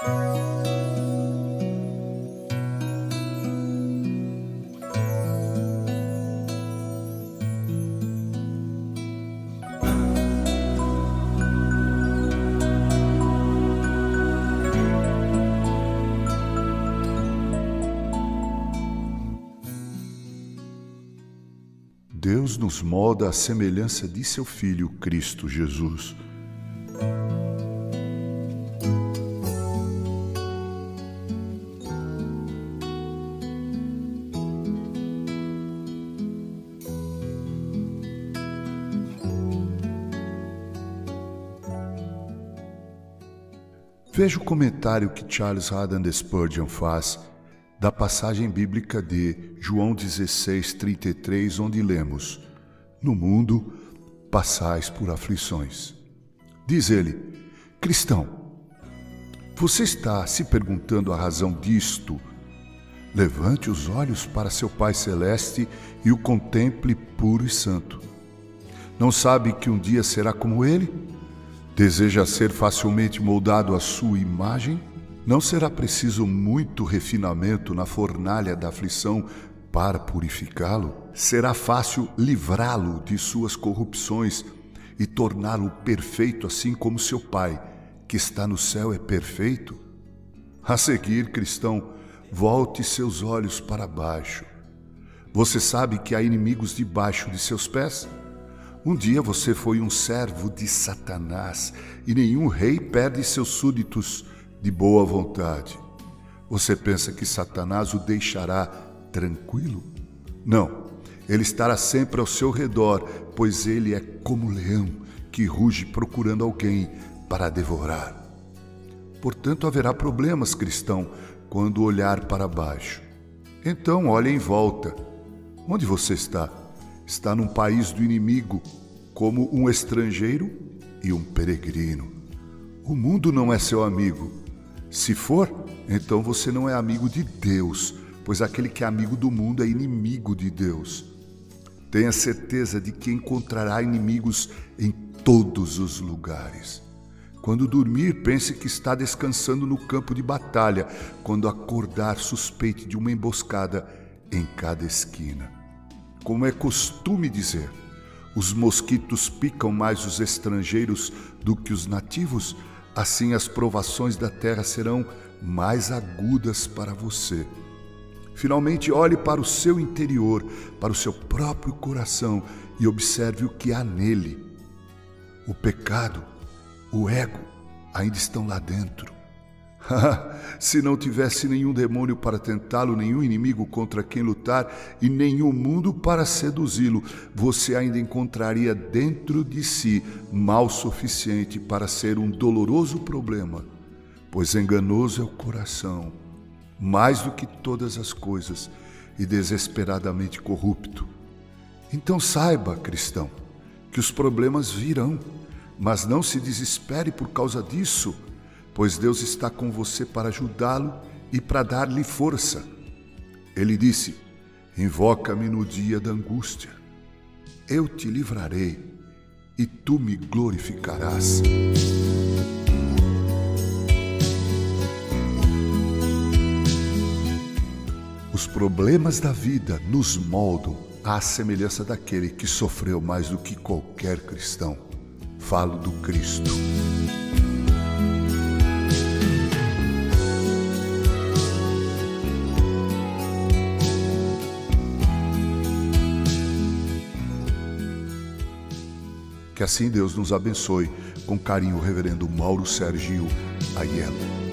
Deus nos molda à semelhança de seu Filho, Cristo Jesus. Veja o comentário que Charles Haddon Spurgeon faz da passagem bíblica de João 16:33, onde lemos: "No mundo passais por aflições." Diz ele: cristão, você está se perguntando a razão disto? Levante os olhos para seu Pai Celeste e o contemple puro e santo. Não sabe que um dia será como Ele? Deseja ser facilmente moldado à sua imagem? Não será preciso muito refinamento na fornalha da aflição para purificá-lo? Será fácil livrá-lo de suas corrupções e torná-lo perfeito, assim como seu Pai, que está no céu, é perfeito? A seguir, cristão, volte seus olhos para baixo. Você sabe que há inimigos debaixo de seus pés? Um dia você foi um servo de Satanás, e nenhum rei perde seus súditos de boa vontade. Você pensa que Satanás o deixará tranquilo? Não, ele estará sempre ao seu redor, pois ele é como leão que ruge procurando alguém para devorar. Portanto, haverá problemas, cristão, quando olhar para baixo. Então, olhe em volta. Onde você está? Está num país do inimigo, como um estrangeiro e um peregrino. O mundo não é seu amigo. Se for, então você não é amigo de Deus, pois aquele que é amigo do mundo é inimigo de Deus. Tenha certeza de que encontrará inimigos em todos os lugares. Quando dormir, pense que está descansando no campo de batalha. Quando acordar, suspeite de uma emboscada em cada esquina. Como é costume dizer, os mosquitos picam mais os estrangeiros do que os nativos. Assim as provações da terra serão mais agudas para você. Finalmente, olhe para o seu interior, para o seu próprio coração e observe o que há nele. O pecado, o ego, ainda estão lá dentro. Se não tivesse nenhum demônio para tentá-lo, nenhum inimigo contra quem lutar e nenhum mundo para seduzi-lo, você ainda encontraria dentro de si mal suficiente para ser um doloroso problema, pois enganoso é o coração, mais do que todas as coisas, e desesperadamente corrupto. Então saiba, cristão, que os problemas virão, mas não se desespere por causa disso, pois Deus está com você para ajudá-lo e para dar-lhe força. Ele disse: invoca-me no dia da angústia. Eu te livrarei e tu me glorificarás. Os problemas da vida nos moldam à semelhança daquele que sofreu mais do que qualquer cristão. Falo do Cristo. Que assim Deus nos abençoe. Com carinho, Reverendo Mauro Sergio Aiello.